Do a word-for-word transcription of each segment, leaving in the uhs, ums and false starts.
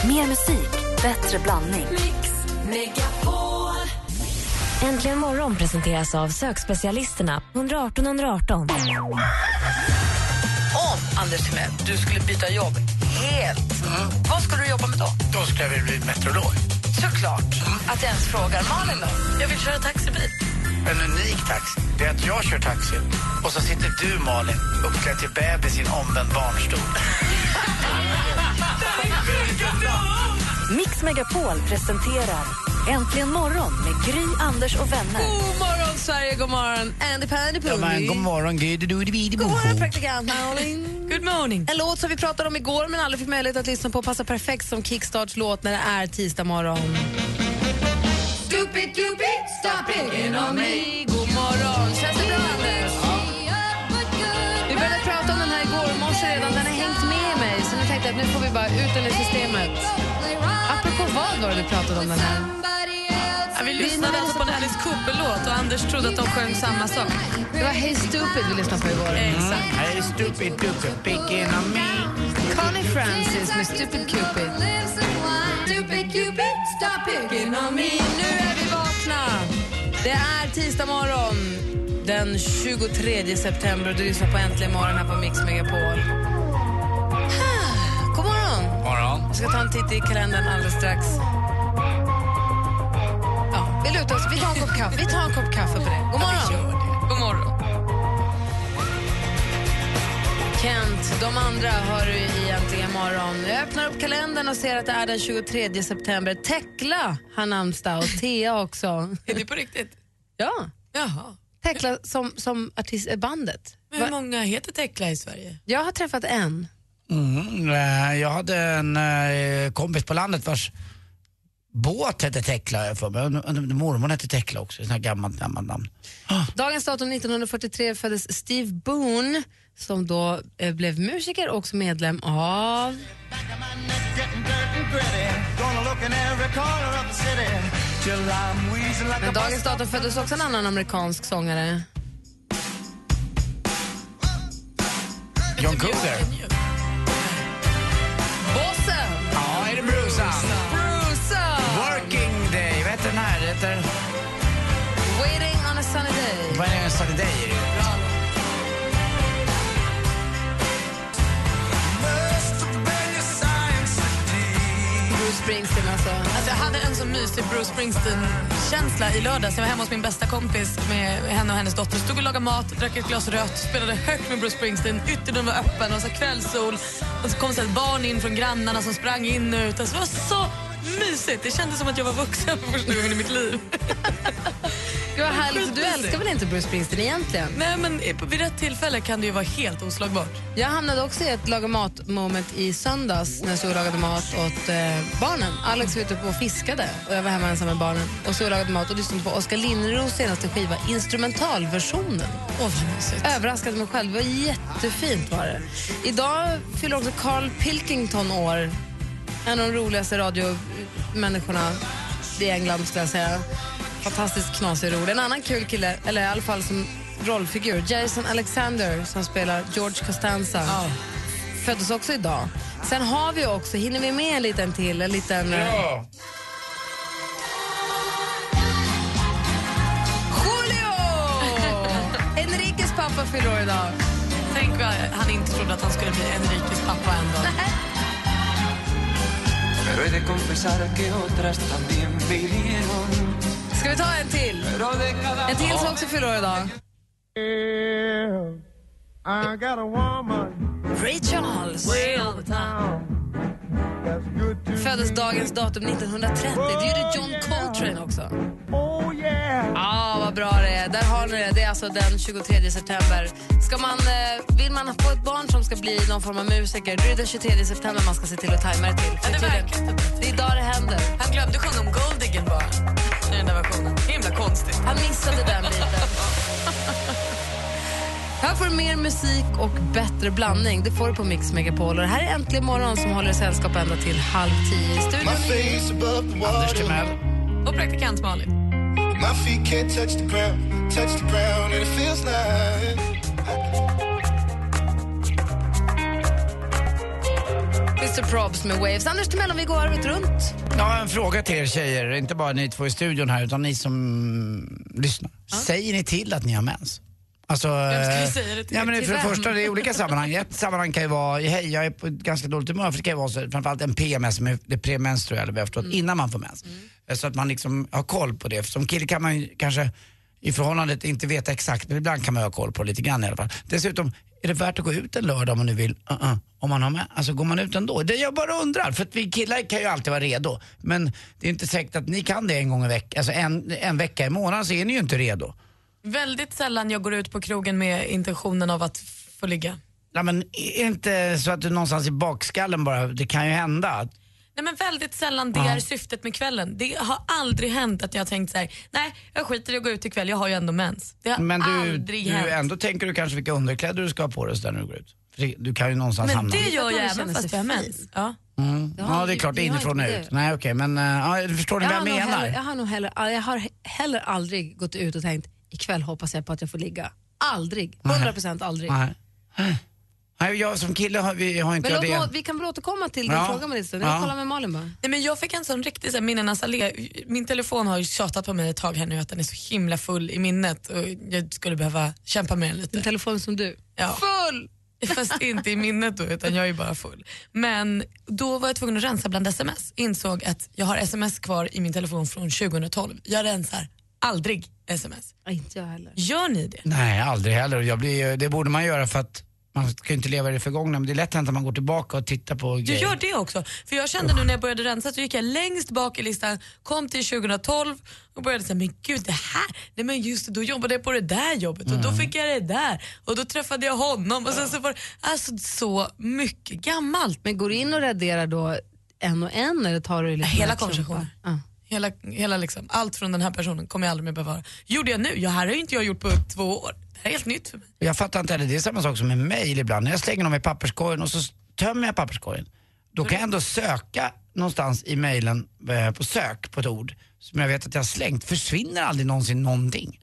Mer musik, bättre blandning. Mix Megapol. Äntligen morgon presenteras av sökspecialisterna ett ett åtta ett ett åtta. Om, Anders Timell, du skulle byta jobb helt, mm. vad skulle du jobba med då? Då skulle jag vilja bli meteorolog. Såklart. Mm. Att jag ens frågar. Malin då? Jag vill köra taxibil. En unik taxi, det är att jag kör taxi och så sitter du, Malin, uppklädd till bebis i en omvänd barnstol. Mix Megapol presenterar Äntligen morgon med Gry, Anders och vänner. God morgon Sverige, god morgon Andy Pandy Pooey. Ja, men, god morgon Gry, du du du. God morgon praktikant Malin. Good morning. En låt som vi pratade om igår men aldrig fick möjlighet att lyssna på passar perfekt som kickstarts låt när det är tisdag morgon. Stupid, stupid, stop picking on me. God morgon, känns det bra Anders? Ja. Vi började prata om den här igår och morse redan, den har hängt med mig. Så nu tänkte jag att nu får vi bara ut den i systemet. Apropå vad var det vi pratade om den här? Ja, vi lyssnade alltså på en Alice Cooper-låt och Anders trodde att de sjöng samma sak. Det var Hey Stupid vi lyssnade på igår. Mm. Exakt. Hey stupid, stupid, picking on me. Connie Francis med Stupid Cupid. Stupid Cupid, stop picking on me. Nu är vi vakna. Det är tisdag morgon den tjugotredje september och du lyssnar på Äntligen morgon här på Mix Megapol. God morgon. Morgon. Jag ska ta en titt i kalendern alldeles strax. Ja, vi lutar oss. Vi tar en kopp kaffe. Vi tar en kopp kaffe på det. God morgon. God morgon. Kent, de andra har du i Äntligen morgon. Jag öppnar upp kalendern och ser att det är den tjugotredje september. Tekla har namnsdag och Thea också. Är det på riktigt? Ja. Jaha. Tekla som, som artist är bandet. Men hur många heter Tekla i Sverige? Jag har träffat en. Mm, jag hade en eh, kompis på landet vars båt hette Tekla för mig. Mormor hette Tekla också, ett sånt här gammalt, gammalt namn. Oh. Dagens datum nittonhundrafyrtiotre föddes Steve Boone som då eh, blev musiker och också medlem av... Men dagens datum föddes också en annan amerikansk sångare. John Cougar. Bossen! Ja, är det Bruce? Bruce! Working Day, vad heter den här? Det heter... Waiting on a sunny day. Waiting on a sunny day är det. Bruce Springsteen alltså. Alltså jag hade en så mysig Bruce Springsteen-känsla i lördags. Jag var hemma hos min bästa kompis med henne och hennes dotter. Stod och lagade mat, drack ett glas rött, spelade högt med Bruce Springsteen. Ytterdörren var öppen och så kvällssol. Och så kom så ett barn in från grannarna som sprang in och ut. Alltså det var så mysigt. Det kändes som att jag var vuxen för första gången i mitt liv. Det var härligt. Du älskar väl inte Bruce Springsteen egentligen? Nej, men vid rätt tillfälle kan det ju vara helt oslagbart. Jag hamnade också i ett laga mat-moment i söndags när jag så lagade mat åt eh, barnen. Alex var ute på och fiskade och jag var hemma ensam med barnen. Och så lagade mat och lyssnade på Oskar Lindros senaste skiva, instrumentalversionen. Åh, vad mysigt. Överraskade mig själv. Det var jättefint var det. Idag fyller också Carl Pilkington år. En av de roligaste radiomänniskorna i England skulle jag säga. Fantastiskt knasig rolig. En annan kul kille, eller i alla fall som rollfigur, Jason Alexander som spelar George Costanza. Oh. Föddes också idag. Sen har vi också, hinner vi med en liten till, en liten... Ja. Julio! Enriques pappa fyller år idag. Tänk vad han inte trodde att han skulle bli Enriques pappa en dag. Ska vi ta en till? En till som också fyller år idag. Ray Charles. Föddes dagens datum nittonhundratrettio. Det gjorde John Coltrane också. Ja, ah, vad bra det är. Där har ni det. Det är alltså den tjugotredje september. Ska man, eh, vill man få ett barn som ska bli någon form av musiker, då är det den tjugotredje september man ska se till att tajma det till. Ja, det, verkar det är idag det händer. Han glömde sjunga om Gold Diggen bara i den där versionen. Himla konstigt. Han missade den biten. Här får du mer musik och bättre blandning. Det får du på Mix Megapol. Och det här är Äntligen morgon som håller sällskap ända till halv tio i studion. Anders Timell. Och praktikant Malin. My feet can't touch the ground, touch the ground, and it feels like mister Probs med Waves. Anders Timell, om vi går varvet runt. Ja, en fråga till er tjejer. Inte bara ni två i studion här, utan ni som lyssnar. Ja. Säger ni till att ni har mens? Alltså, Vem ska vi säga det till? Ja, men till för det vem? första, det är olika sammanhang. Ett sammanhang kan ju vara, hej, jag är på ett ganska dåligt humör, för det kan ju vara så, framförallt en P M S, med det premenstruella, vi har förstått, mm. innan man får mens. Mm. Så att man liksom har koll på det. För som kille kan man ju kanske i förhållandet inte veta exakt, men ibland kan man ha koll på det lite grann i alla fall. Dessutom, är det värt att gå ut en lördag om man nu vill? Uh-uh. Om man har med, alltså går man ut ändå? Det jag bara undrar, för att vi killar kan ju alltid vara redo. Men det är inte säkert att ni kan det en gång i veckan. Alltså en, en vecka i månaden så är ni ju inte redo. Väldigt sällan jag går ut på krogen med intentionen av att få ligga. Ja, men är det inte så att du någonstans i bakskallen bara, det kan ju hända. Nej, men väldigt sällan det Ja. är syftet med kvällen. Det har aldrig hänt att jag har tänkt så här: nej, jag skiter i att gå ut ikväll, jag har ju ändå mens. Det har Men du, aldrig du hänt. ändå tänker du kanske vilka underkläder du ska ha på dig så där när du går ut. För det, du kan ju någonstans Men hamna. det gör Man jag känner även sig fast jag har fin. mens. Ja. Mm. Det har Ja, det är vi- klart, vi har inifrån och inte ut. det. Nej, okej, men uh, förstår ni Jag vad har, jag nog menar? heller, jag, har nog heller, jag har heller aldrig gått ut och tänkt ikväll hoppas jag på att jag får ligga. Aldrig. hundra procent aldrig. Nej. Nej, jag som kille har, vi har inte Men jag låt, det. vi kan väl återkomma till din Ja. fråga med lite. Jag Ja. kollar med Malin bara. Nej, men jag fick en sån riktig så här, minnenas allé. Min telefon har ju tjatat på mig ett tag här nu att den är så himla full i minnet och jag skulle behöva kämpa med den lite. En telefon som du. Ja. Full! Fast inte i minnet då, utan jag är bara full. Men då var jag tvungen att rensa bland sms. Insåg att jag har sms kvar i min telefon från tjugohundratolv. Jag rensar aldrig sms. Ja, inte jag heller. Gör ni det? Nej, aldrig heller. Jag blir, det borde man göra för att man ska ju inte leva i det förgångna. Men det är lätt hänt att man går tillbaka och tittar på Du grejer. gör det också. För jag kände nu när jag började rensa så gick jag längst bak i listan, kom till tjugohundratolv och började säga, men gud det här, nej men just det, då jobbade jag på det där jobbet och då fick jag det där och då träffade jag honom och sen så var det alltså så mycket gammalt. Men går du in och raderar då en och en eller tar du liksom Hela några konversationen. klumpar? Ja. Hela, hela liksom, allt från den här personen kommer jag aldrig mer behöva. Gjorde jag nu? Ja, här har ju inte jag gjort på två år. Det här är helt nytt för mig. Jag fattar inte heller, det är samma sak som med mejl ibland. När jag slänger dem i papperskorgen och så tömmer jag papperskorgen. Då kan jag ändå söka någonstans i mejlen eh, på sök på ett ord som jag vet att jag har slängt. Försvinner aldrig någonsin någonting?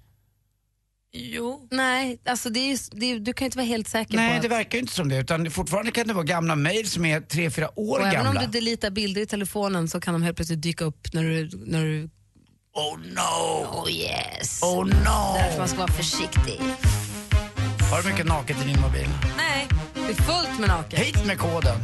Jo. Nej, alltså det är, ju- det är, du kan ju inte vara helt säker Nej, på att... det verkar ju inte som det. Utan fortfarande kan det vara gamla mejl som är tre, fyra år Och även gamla. om du deletar bilder i telefonen så kan de helt plötsligt dyka upp när du... När du Oh no! oh yes! Oh no! Därför man ska vara försiktig. Har du mycket naket i din mobil? Nej. Det är fullt med naket. Hit med koden!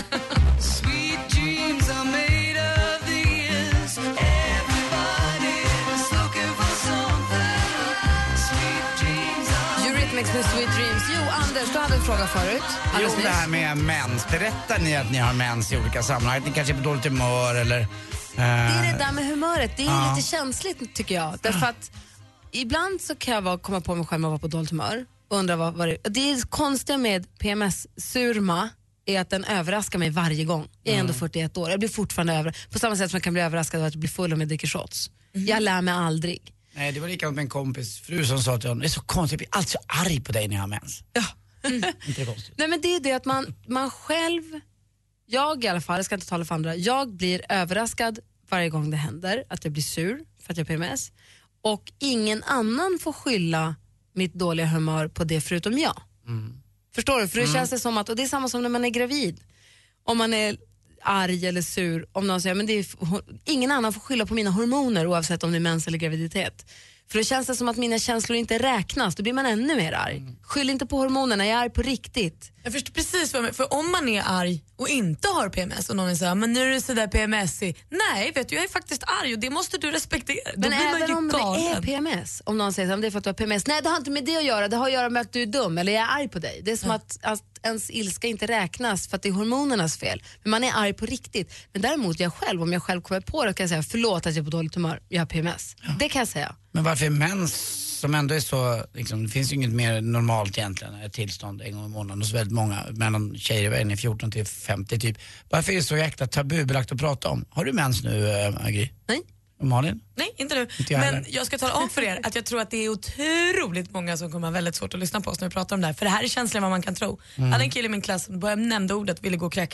Eurythmics med Sweet Dreams. Jo, Anders, du hade en fråga förut. Jo, Alldeles det nyss. här med mens. Berättar ni att ni har mens i olika sammanhang? Att ni kanske är på dåligt humör eller... Det är det där med humöret. Det är Ja. lite känsligt tycker jag. Därför att ibland så kan jag vara, komma på mig själv att vara på dåligt humör. Och undra vad, vad det är. Det är konstiga med P M S-surma är att den överraskar mig varje gång. Jag är ändå fyrtioett år. Jag blir fortfarande över. På samma sätt som jag kan bli överraskad av att jag blir full om jag dricker shots. Jag lär mig aldrig. Nej, det var likadant med en kompis fru som sa till honom, det är så konstigt, jag blir alltid så arg på dig när jag har mens. Ja. Inte det konstigt? Nej, men det är det att man, man själv, jag i alla fall, jag ska inte tala för andra, jag blir överraskad varje gång det händer att jag blir sur för att jag har P M S och ingen annan får skylla mitt dåliga humör på det förutom jag. Mm. Förstår du? För det känns det som att, och det är samma som när man är gravid, om man är arg eller sur, om någon säger men det är, ingen annan får skylla på mina hormoner oavsett om det är mens eller graviditet. För då känns det som att mina känslor inte räknas, då blir man ännu mer arg. Skyll inte på hormonerna, jag är arg på riktigt. Jag förstår precis vad jag menar. För om man är arg och inte har P M S och någon säger men nu är du sådär P M S-ig. Nej, vet du, jag är faktiskt arg och det måste du respektera. Då Men blir man även ju om galen. det är P M S, om någon säger att det är för att du har P M S, nej det har inte med det att göra, det har att göra med att du är dum eller jag är arg på dig. Det är som att, att ens ilska inte räknas för att det är hormonernas fel. Men man är arg på riktigt. Men däremot jag själv, om jag själv kommer på det kan jag säga förlåt att jag är på dåligt humör, jag har P M S. Ja. Det kan jag säga. Men varför är mens som ändå är så, liksom, det finns ju inget mer normalt egentligen, ett tillstånd en gång i månaden hos väldigt många, mellan tjejer i fjorton till femtio typ. Varför är det så jäkla tabubelagt att prata om? Har du mens nu, äh, Agri? Nej. Och Malin? Nej, inte nu. Inte jag Men heller. jag ska tala om för er att jag tror att det är otroligt många som kommer ha väldigt svårt att lyssna på oss när vi pratar om det här. För det här är känsligare än vad man kan tro. Mm. Jag hade en kille i min klass som började nämna ordet ville gå och kräkas.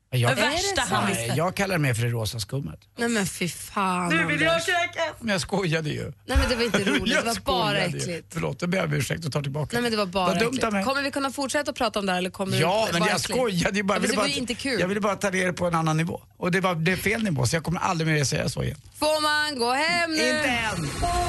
Jag, det värsta han visste. Jag kallar det mer för det rosa skummet. Nej men fy fan, Nu vill jag Anders. kräkas. Men jag skojade ju. Nej men det var inte roligt, det var bara skojade ju. äckligt. Förlåt, jag ber om ursäkt och tar tillbaka. Nej men det var bara Vad dumt äckligt. av mig. Kommer vi kunna fortsätta prata om det här eller kommer Ja, det men bara jag äckligt? skojade ju bara. Ja, men ville det var bara ju inte kul. Jag ville bara ta ner det på en annan nivå. Och det var, det är fel nivå, så jag kommer aldrig mer säga så igen. Får man gå hem nu? Inte än!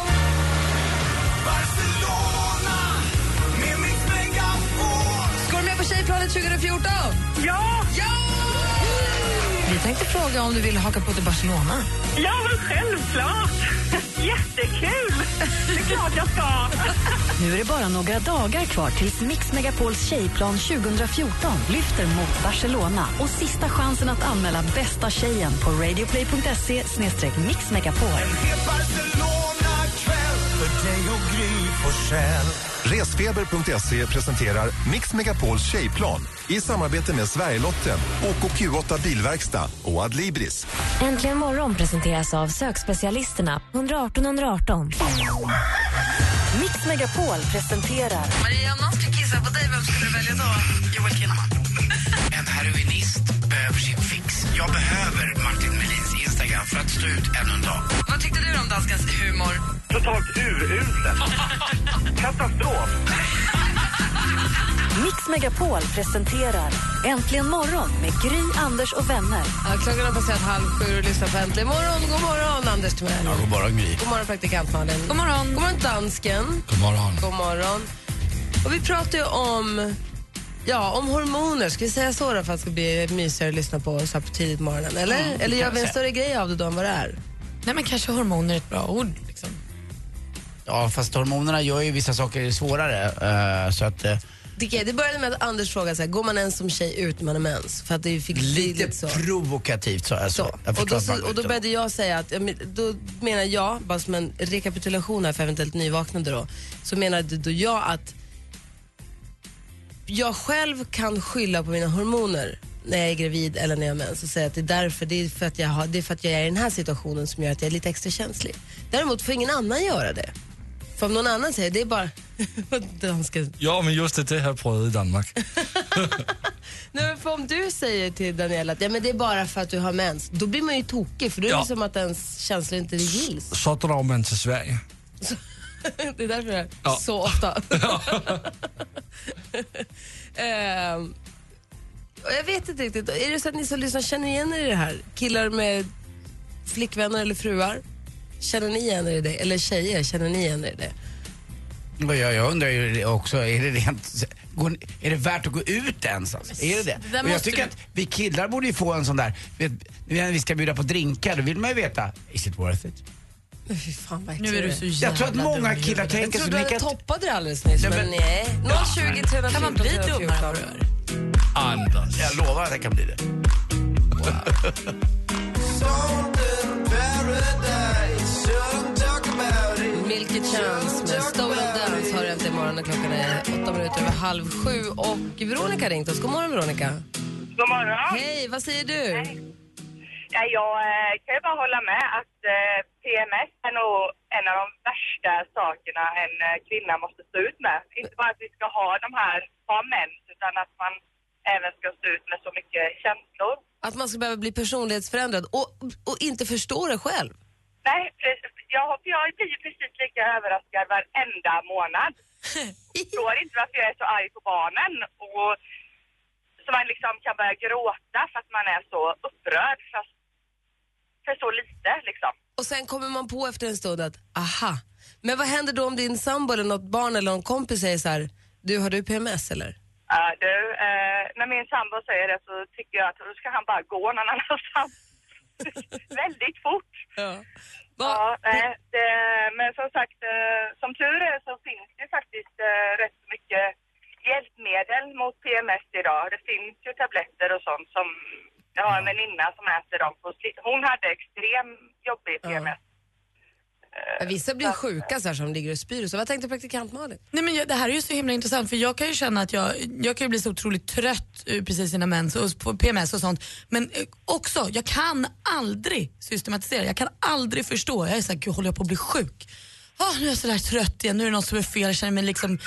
Ska du med på Tjejplanet tjugo fjorton? Ja! Ja! Vi tänkte fråga om du vill haka på till Barcelona. Ja, men självklart! Jättekul! Det är klart jag ska. Nu är det bara några dagar kvar tills Mix Megapols Tjejplan tjugo fjorton lyfter mot Barcelona och sista chansen att anmäla bästa tjejen på radioplay.se snedstreck mixmegapol. Resfeber punkt se presenterar Mix Megapols Tjejplan i samarbete med Sverigelotten, O K Q åtta Bilverkstad och Adlibris. Äntligen morgon presenteras av sökspecialisterna ett ett åtta ett ett åtta. Mix Megapol presenterar Maria, om någon skulle kissa på dig, vem skulle du välja då? Joel Kinnaman. En heroinist behöver sin fix. Jag behöver Martin Melins Instagram för att stå ut ännu en dag. Vad tyckte du om danskans humor? Totalt uruselt. Katastrof. Mix Megapol presenterar Äntligen morgon med Gry, Anders och vänner. Ja, klockan har passerat halv sju och lyssnar på Äntligen morgon. God morgon, Anders Timell. Ja, god morgon, Gry. God morgon, praktikant Malin. God morgon. God morgon, dansken. God morgon. God morgon. Och vi pratar ju om, ja, om hormoner. Ska vi säga så då för att det ska bli mysigare att lyssna på så här på tidigt morgonen? Eller, Mm, eller gör kan vi en jag större grej av det då än vad det är? Nej, men kanske hormoner är ett bra ord. Liksom. Ja, fast hormonerna gör ju vissa saker svårare. Uh, så att... Uh, Det, det började med att Anders frågade så här, går man ens som tjej ut när man är mens? För att det fick lite lite så. provokativt så. Alltså. Så. Jag Och, då, förstår att så, man- och då började jag säga att, ja, men då menar jag, bara som en rekapitulation här för eventuellt nyvaknade då, så menade då jag att jag själv kan skylla på mina hormoner när jag är gravid eller när jag är mens och säga att det är därför, det är för att jag har, det är för att jag är i den här situationen som gör att jag är lite extra känslig. Däremot får ingen annan göra det. För om någon annan säger, det är bara danska. Ja, men just det, det har jag prövat i Danmark. Nej, för om du säger till Daniela att ja, men det är bara för att du har mens, då blir man ju tokig för då är det Ja. som att ens känslor inte gills. Så drar man till Sverige. Det är därför det är Ja. så ofta. Ehm, och jag vet inte riktigt, är det så att ni som lyssnar känner igen er i det här? Killar med flickvänner eller fruar? Känner ni igen er i det? Eller tjejer, känner ni igen er i det? Och Jag, jag undrar ju också, är det rent, går, är det värt att gå ut ens? Alltså? Är det det? det där Och jag måste tycker du- att vi killar borde ju få en sån där, vet, när vi ska bjuda på drinkar, då vill man ju veta, is it worth it? Men fy fan vad äckligt Nu är du det så jävla Jag tror att många dum i killar huvudet. tänker Jag så. trodde du Lika hade att- toppat det alldeles nyss, Nej, men men- nej. noll tjugo, tre Kan man bli dummare än vad du är? Anders. Jag lovar att jag kan bli det. Milky Chance med Stolen Dance har äntligen imorgon när klockan är åtta minuter över halv sju. Och Veronica har ringt oss. God morgon, Veronica. God morgon. Hej, vad säger du? Ja, jag eh, kan ju bara hålla med att eh, P M S är nog en av de värsta sakerna en eh, kvinna måste stå ut med. Inte bara att vi ska ha de här, ha mens, utan att man även ska stå ut med så mycket känslor. Att man ska behöva bli personlighetsförändrad och, och inte förstå det själv. Nej, precis. jag, jag blir ju precis lika överraskad varenda månad. Jag förstår inte varför jag är så arg på barnen. Och så man liksom kan börja gråta för att man är så upprörd fast för så lite liksom. Och sen kommer man på efter en stund att, aha. Men vad händer då om din sambo eller något barn eller någon kompis säger så här, du, har du P M S eller? Ja, du, eh, när min sambo säger det så tycker jag att då ska han bara gå någon annanstans. Väldigt fort. Ja. Ja, nej, det, men som sagt, eh, som tur är så finns det faktiskt eh, rätt mycket hjälpmedel mot P M S idag. Det finns ju tabletter och sånt som, jag har en väninna som äter dem. På, hon hade extrem jobbig P M S. Ja, vissa blir sjuka så här som ligger och spyr. Så vad tänkte praktikant Malin? Nej, men jag, det här är ju så himla intressant för jag kan ju känna att jag, jag kan ju bli så otroligt trött uh, precis innan mens och på P M S och sånt. Men uh, också, jag kan aldrig systematisera, jag kan aldrig förstå. Jag är såhär, gud håller jag på att bli sjuk? Ah, nu är jag så där trött igen, nu är det något som är fel, jag känner mig liksom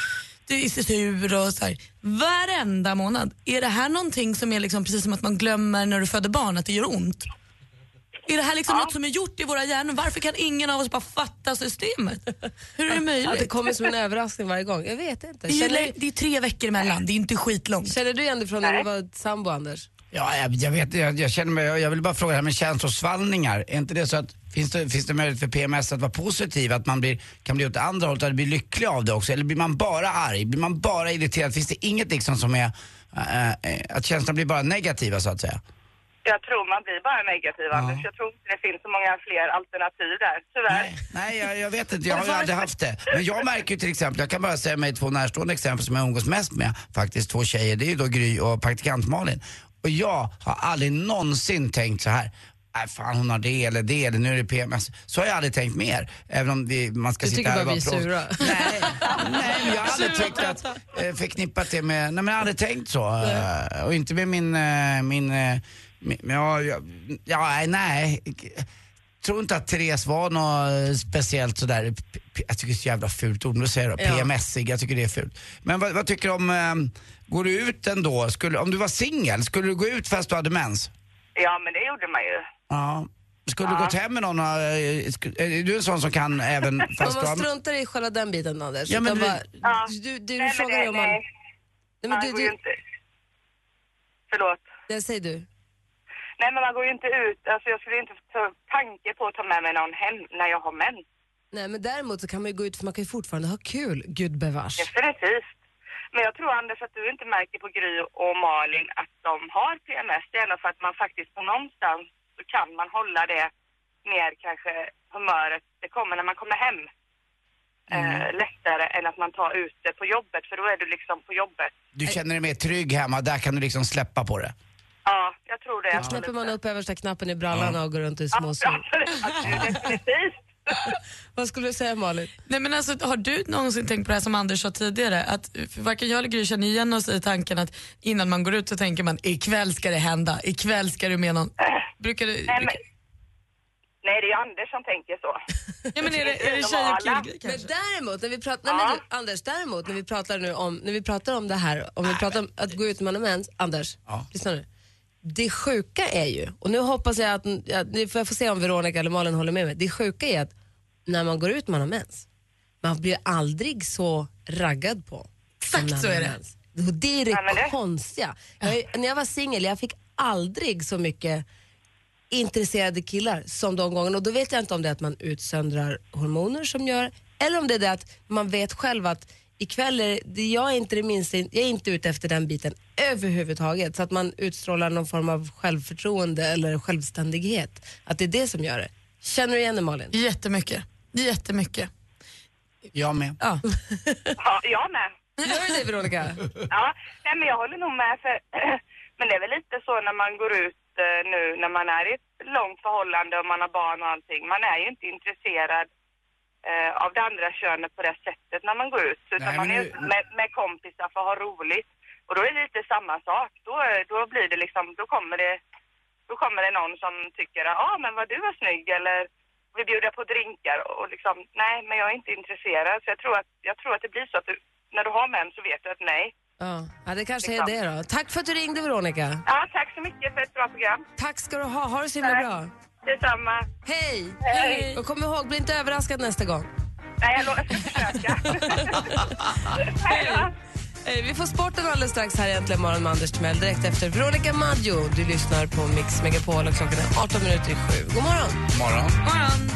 du är sur och så här. Varenda månad. Är det här någonting som är liksom precis som att man glömmer när du föder barn att det gör ont? Är det här liksom ja. något som är gjort i våra hjärnor? Varför kan ingen av oss bara fatta systemet? Hur är det möjligt? Ja, det kommer som en överraskning varje gång. Jag vet inte. Det är, Känner... det är tre veckor emellan, det är inte skitlångt. Känner du igen det från när du var sambo, Anders? Ja, jag, jag vet, jag, jag känner mig, jag vill bara fråga det här med känslosvallningar. Är inte det så att, finns det, finns det möjlighet för P M S att vara positiv? Att man blir, kan bli åt andra hållet, att bli lycklig av det också? Eller blir man bara arg? Blir man bara irriterad? Finns det inget liksom som är, äh, äh, att känslorna blir bara negativa så att säga? Jag tror man blir bara negativ, ja. Anders. Jag tror inte det finns så många fler alternativ där, tyvärr. Nej, nej jag, jag vet inte, jag har ju aldrig haft det. Men jag märker ju till exempel, jag kan bara säga mig två närstående exempel som jag umgås mest med, faktiskt två tjejer, det är ju då Gry och praktikant Malin. Och jag har aldrig någonsin tänkt så här. Nej fan, hon har det eller det eller nu är det P M S. Så har jag aldrig tänkt mer. Även om vi, man ska du sitta här och vara Du tycker bara vi är sura. Nej, nej, men jag har aldrig tänkt att eh, förknippat det med, nej men jag har aldrig tänkt så. Eh, och inte med min, eh, min, eh, min ja, ja, ja, nej. Jag tror inte att Therese var något speciellt sådär, jag tycker det är så jävla fult ord, nu säger jag ja. P M S-ig, jag tycker det är fult. Men vad, vad tycker du om, eh, går du ut ändå, skulle, om du var singel, skulle du gå ut fast du hade mens? Ja, men det gjorde man ju. Ja. Skulle ja. du gått hem med någon, är du en sån som kan även fast man du har... struntar i själva den biten, Anders. Ja, men du... Bara, ja. du, du nej, frågar ju om man... Nej, nej men man du, går du... ju inte... Förlåt. Det säger du. Nej, men man går ju inte ut, alltså jag skulle inte ta tanke på att ta med mig någon hem när jag har mens. Nej, men däremot så kan man ju gå ut för man kan ju fortfarande ha kul, gud bevars. Definitivt. Men jag tror, Anders, att du inte märker på Gry och Malin att de har P M S. Det är nog för att man faktiskt på någonstans så kan man hålla det ner, kanske humöret, det kommer när man kommer hem. Mm. Eh, lättare än att man tar ut det på jobbet, för då är du liksom på jobbet. Du känner dig mer trygg hemma, där kan du liksom släppa på det. Ja, jag tror det. Då knäpper man upp översta knappen i brallan ja. och går runt i småsur. Ja, definitivt. Vad skulle du säga, Malin? Nej, men alltså, har du någonsin tänkt på det här som Anders sa tidigare? Att för varken jag eller Gry känner igen oss i tanken att innan man går ut så tänker man ikväll ska det hända, ikväll ska du med någon. Brukar du... Nej, men... Nej, det är Anders som tänker så. Ja, men är det, är det tjej och kille kanske? Men däremot, när vi pratar, nej, men du, Anders, däremot när vi pratar nu om, när vi pratar om det här, om vi pratar om att gå ut med en mens, Anders, ja. lyssna nu. Det sjuka är ju, och nu hoppas jag att, ja, nu får jag få se om Veronica eller Malin håller med mig. Det sjuka är att när man går ut med en mens, man blir aldrig så raggad på. Exakt så är det. Och det är det ja, det. konstiga. Jag, när jag var singel, jag fick aldrig så mycket intresserade killar som de gångerna. Och då vet jag inte om det är att man utsöndrar hormoner som gör, eller om det är det att man vet själv att ikväll är det, jag är inte det minsta, jag är inte ute efter den biten överhuvudtaget, så att man utstrålar någon form av självförtroende eller självständighet. Att det är det som gör det. Känner du igen det, Malin? Jättemycket. Jättemycket. Jag med. Ja, ja jag med. Gör du det, Veronica? Ja, nej, men jag håller nog med. För, men det är väl lite så när man går ut nu, när man är i ett långt förhållande och man har barn och allting. Man är ju inte intresserad eh, av det andra könet på det sättet när man går ut. Utan nej, man är nu... med, med kompisar för att ha roligt. Och då är det lite samma sak. Då, då blir det liksom, då kommer det, då kommer det någon som tycker att ah, men vad du var snygg, eller vi bjuder på drinkar och liksom, nej, men jag är inte intresserad. Så jag tror att, jag tror att det blir så att du, när du har män så vet du att nej. Ja, det kanske är det då. Tack för att du ringde, Veronica. Ja, tack så mycket för ett bra program. Tack ska du ha. Ha det så himla bra. Detsamma. Hej. Hej. Och kom ihåg, bli inte överraskad nästa gång. Nej, jag lovar att försöka. Hej då. Vi får sporten alldeles strax här egentligen morgon med Anders Timell direkt efter Veronica Maggio. Du lyssnar på Mix Megapol och klockan är arton minuter i sju. God morgon. Morgon. Morgon.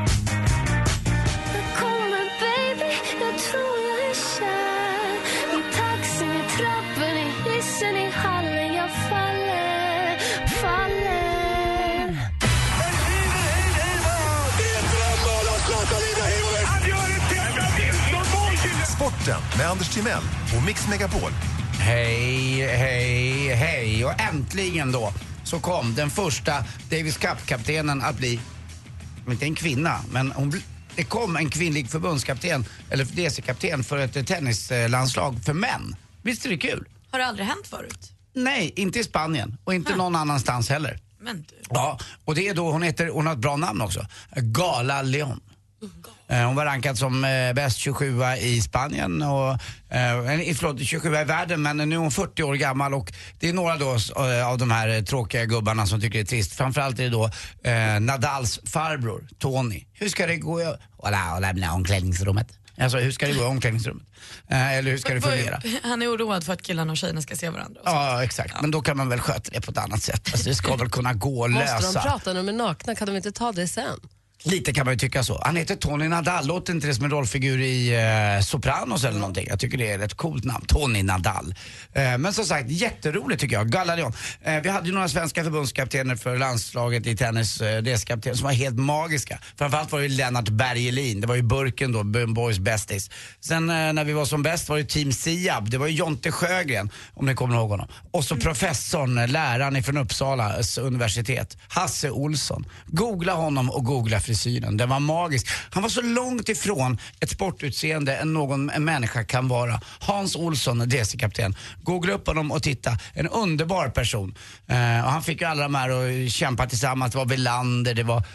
Sporten med Anders Timell och Mix Megapol. Hej, hej, hej. Och äntligen då så kom den första Davis Cup-kaptenen att bli, inte en kvinna, men hon bli, det kom en kvinnlig förbundskapten, eller D C-kapten för ett tennislandslag för män. Visst är det kul? Har det aldrig hänt förut? Nej, inte i Spanien och inte någon annanstans heller. Men du. Ja, och det är då, hon heter, hon har ett bra namn också, Gala Leon. Eh, hon var rankad som eh, bäst tjugosjua i Spanien och eh, förlåt, tjugosjua i världen, men nu är hon fyrtio år gammal och det är några då eh, av de här tråkiga gubbarna som tycker det är trist. Framförallt är det då eh, Nadals farbror, Tony. Hur ska det gå i omklädningsrummet? Alltså hur ska det gå i omklädningsrummet? Eh, eller hur ska det fungera? Han är oroad för att killarna och tjejerna ska se varandra. Ja, exakt. Ja. Men då kan man väl sköta det på ett annat sätt. Alltså, det ska väl kunna gå att lösa. Måste de prata när de är nakna? Kan de inte ta det sen? Lite kan man ju tycka så. Han heter Tony Nadal, låter inte det som en rollfigur i eh, Sopranos eller någonting. Jag tycker det är ett coolt namn, Tony Nadal. Eh, men som sagt, jätteroligt tycker jag. Galladion. Eh, vi hade ju några svenska förbundskaptener för landslaget i tennis, eh, D S-kapten, som var helt magiska. Framförallt var det Lennart Bergelin, det var ju Burken då, Boys Besties. Sen eh, när vi var som bäst var det Team Siab, det var ju Jonte Sjögren, om ni kommer ihåg honom. Och så mm. professorn, läraren från Uppsalas universitet, Hasse Olsson. Googla honom och googla frisyren, den var magisk. Han var så långt ifrån ett sportutseende än någon en människa kan vara. Hans Olsson, D C-kapten. Googla upp honom och titta. En underbar person. Eh, och han fick ju alla de här att kämpa tillsammans. Det var Welander, det var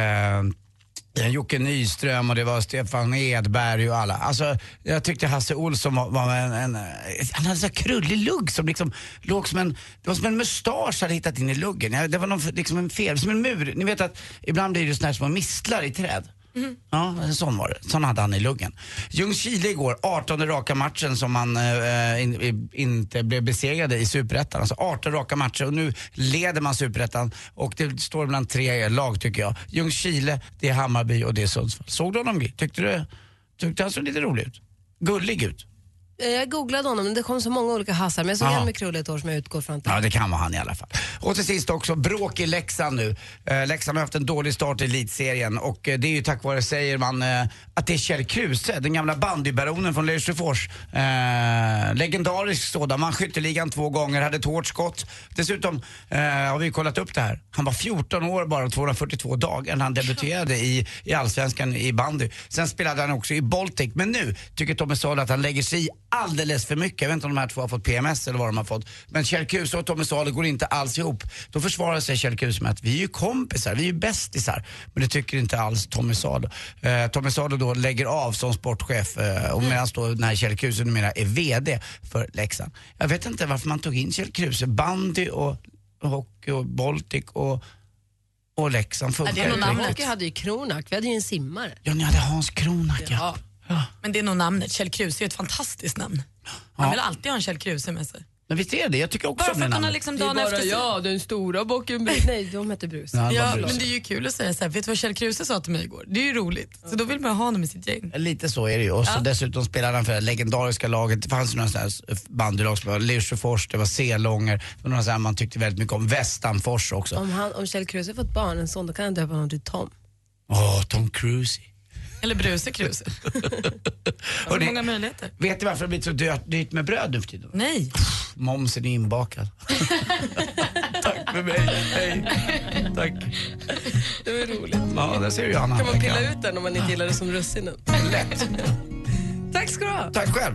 eh, Jocke Nyström och det var Stefan Edberg och alla. Alltså, jag tyckte Hasse Olsson var, var en, en, han hade så krullig lugg som liksom låg som en, det var som en mustasch hade hittat in i luggen. Ja, det var någon, liksom en fel, som en mur. Ni vet att ibland blir det såna här små mistlar i träd. Mm. Ja, sån var det. Sån hade han i luggen. Ljungskile igår, artonde raka matchen som man äh, in, inte blev besegrade i Superettan. Alltså arton raka matcher och nu leder man Superettan och det står bland tre lag tycker jag. Ljungskile, det är Hammarby och det är Sundsvall. Såg du honom? Tyckte du, tyckte han såg lite rolig ut? Gullig ut? Jag googlade honom, men det kom så många olika hassar. Men jag såg en med krulligt hår som jag utgår från. Ja, det kan vara han i alla fall. Och till sist också, bråk i Leksand nu. Eh, Leksand har haft en dålig start i elitserien. Och eh, det är ju tack vare, säger man, eh, att det är Kjell Kruse, den gamla bandybaronen från Lesjöfors. Eh, legendarisk sådan, man skytteligan två gånger, hade ett hårt skott. Dessutom eh, har vi kollat upp det här. Han var fjorton år bara, tvåhundrafyrtiotvå dagar när han debuterade i, i Allsvenskan i bandy. Sen spelade han också i Baltic. Men nu tycker Tommy Salo att han lägger sig i alldeles för mycket. Jag vet inte om de här två har fått P M S eller vad de har fått. Men Kjell Kruse och Tommy Salo går inte alls ihop. Då försvarar sig Kjell Kruse med att vi är ju kompisar, vi är ju bästisar. Men det tycker inte alls Tommy Salo. Eh, Tommy Salo då lägger av som sportchef eh, och medan då den här Kjell Kruse numera är V D för Leksand. Jag vet inte varför man tog in Kjell Kruse. Bandy och hockey och Baltic och och Leksand funkar. Ja, det är någon namnet. Vi hade ju Kronak, vi hade ju en simmare. Ja, ni hade Hans Kronak, ja. ja. Ja. Men det är nog namnet. Kjell Kruse är ett fantastiskt namn. Man Ja. vill alltid ha en Kjell Kruse med sig. Men visst är det, jag tycker också Bara om för det att kunna namnet. liksom Det är dagen bara efter... ja, den stora bocken. Nej, de heter Brus. Ja, Ja, Brus. men det är ju kul att säga så här. Vet du vad Kjell Kruse sa till mig igår? Det är ju roligt. Så då vill man ha honom i sitt gäng. Lite så är det ju. Och så Ja. dessutom spelade han för det legendariska laget. Det fanns ju några sådana här bandylag som var Lesjöfors, det var Selånger. Det var några sådana man tyckte väldigt mycket om. Västanfors också. Om, han, om Kjell Kruse fått barn, en son, då kan han döpa honom till Tom. Åh, oh, Tom Cruise. Eller Bruse Kruse. Så många möjligheter. Vet du varför det blir så dyrt, dyrt med bröd nu för tiden? Nej. Momsen är inbakad. Tack för mig. Hej. Tack. Det var roligt. Ja, där ser du Johanna. Kan man pilla ut den om man inte gillar det som russinen? Lätt. Tack ska du ha. Tack själv.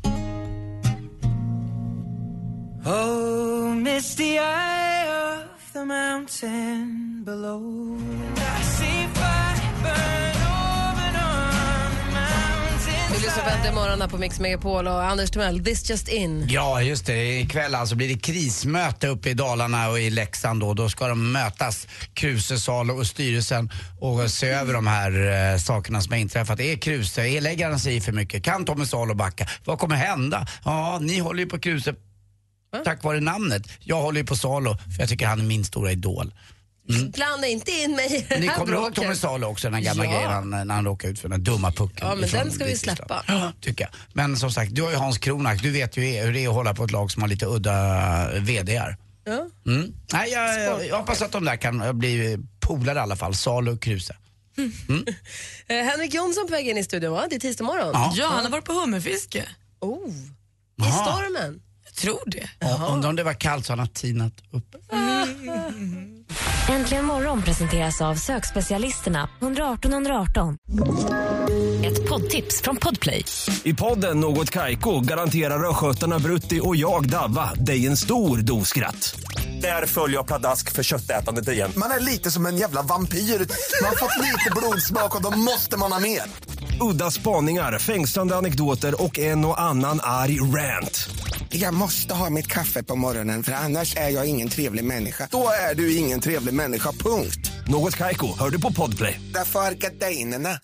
Oh, misty eye of the mountain below. I see fire burn over on the mountain. Du lyssnar på Äntligen morgon på Mix Megapol och Anders Timell, This Just In. Ja, just det. Ikväll alltså blir det krismöte uppe i Dalarna och i Leksand då. Då ska de mötas, Kruse, Salo och styrelsen och se över de här eh, sakerna som har inträffat. Är Kruse, är läggaren sig för mycket? Kan Tommy Salo backa? Vad kommer hända? Ja, ni håller ju på Kruse tack vare namnet. Jag håller ju på Salo för jag tycker han är min stora idol. Mm. Blanda inte in mig i Ni här kommer ihåg bråket. Tommy Salo också, den här gamla Ja. grejen när, när han råkade ut för den här dumma pucken. Ja, men ifrån den ska vi Vitryssland. släppa. Ja, tycker jag. Men som sagt, du har ju Hans Kronak, du vet ju hur det är att hålla på ett lag som har lite udda V D-ar. Ja. Mm. Nej, jag, jag, jag hoppas att de där kan bli polare i alla fall, Salo och Kruse. Mm. Eh, Henrik Jonsson på väg in i studion, va? Det är tisdag morgon. Ja. Ja, han har varit på hummerfiske. Oh, i Jaha. stormen. Jag tror det. Ja, om, om det var kallt så har han tinat upp. Äntligen morgon presenteras av sökspecialisterna ett ett åtta ett ett åtta. Ett poddtips från Podplay. I podden Något Kaiko garanterar röskötarna Brutti och jag Davva dig en stor dos skratt. Där följer jag pladask för köttätandet igen. Man är lite som en jävla vampyr. Man har fått lite blodsmak och då måste man ha mer. Udda spaningar, fängslande anekdoter och en och annan arg rant. Jag måste ha mitt kaffe på morgonen för annars är jag ingen trevlig människa. Då är du ingen trevlig människa, punkt. Något Kaiko, hör du på Podplay. Därför är gardinerna.